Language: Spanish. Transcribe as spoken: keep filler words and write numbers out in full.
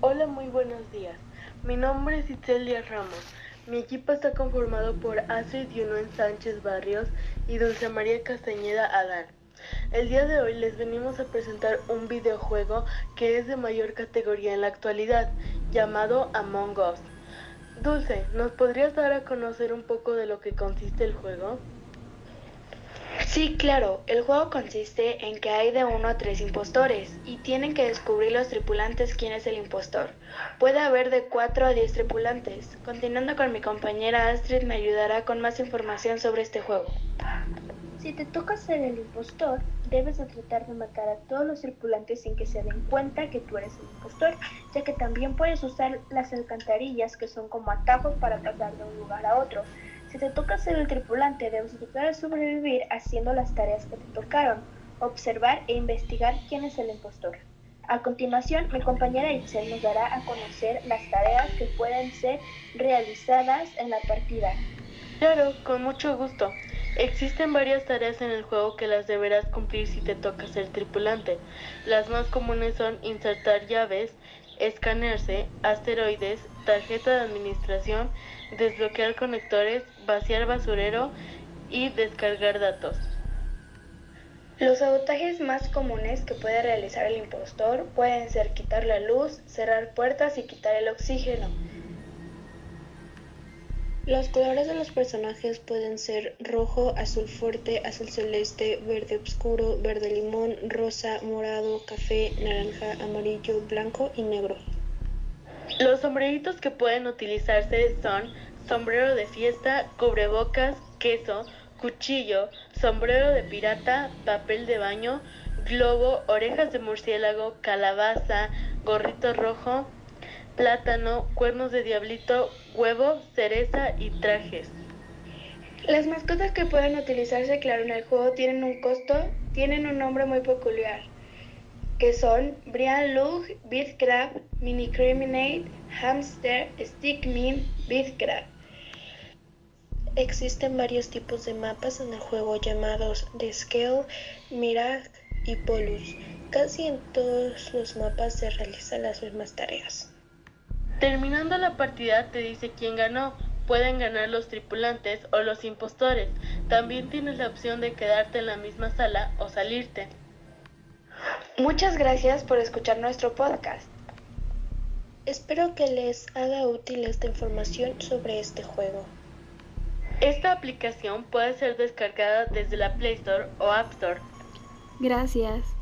Hola, muy buenos días. Mi nombre es Itzel Díaz Ramos. Mi equipo está conformado por Astrid Yunuen Sánchez Barrios y Dulce María Castañeda Adán. El día de hoy les venimos a presentar un videojuego que es de mayor categoría en la actualidad, llamado Among Us. Dulce, ¿nos podrías dar a conocer un poco de lo que consiste el juego? Sí, claro, el juego consiste en que hay de uno a tres impostores y tienen que descubrir los tripulantes quién es el impostor. Puede haber de cuatro a diez tripulantes. Continuando con mi compañera Astrid me ayudará con más información sobre este juego. Si te toca ser el impostor, debes de tratar de matar a todos los tripulantes sin que se den cuenta que tú eres el impostor, ya que también puedes usar las alcantarillas que son como atajos para pasar de un lugar a otro. Si te toca ser el tripulante, debes tratar de sobrevivir haciendo las tareas que te tocaron, observar e investigar quién es el impostor. A continuación, mi compañera Itzel nos dará a conocer las tareas que pueden ser realizadas en la partida. Claro, con mucho gusto. Existen varias tareas en el juego que las deberás cumplir si te toca ser tripulante. Las más comunes son insertar llaves, escanearse, asteroides, tarjeta de administración, desbloquear conectores, vaciar basurero y descargar datos. Los sabotajes más comunes que puede realizar el impostor pueden ser quitar la luz, cerrar puertas y quitar el oxígeno. Los colores de los personajes pueden ser rojo, azul fuerte, azul celeste, verde oscuro, verde limón, rosa, morado, café, naranja, amarillo, blanco y negro. Los sombreritos que pueden utilizarse son sombrero de fiesta, cubrebocas, queso, cuchillo, sombrero de pirata, papel de baño, globo, orejas de murciélago, calabaza, gorrito rojo, plátano, cuernos de diablito, huevo, cereza y trajes. Las mascotas que pueden utilizarse, claro, en el juego tienen un costo, tienen un nombre muy peculiar, que son Brian Lug, Beatcraft, Mini Criminate, Hamster, Stickmin, Beatcraft. Existen varios tipos de mapas en el juego llamados The Scale, Mirage y Polus. Casi en todos los mapas se realizan las mismas tareas. Terminando la partida te dice quién ganó. Pueden ganar los tripulantes o los impostores. También tienes la opción de quedarte en la misma sala o salirte. Muchas gracias por escuchar nuestro podcast. Espero que les haga útil esta información sobre este juego. Esta aplicación puede ser descargada desde la Play Store o App Store. Gracias.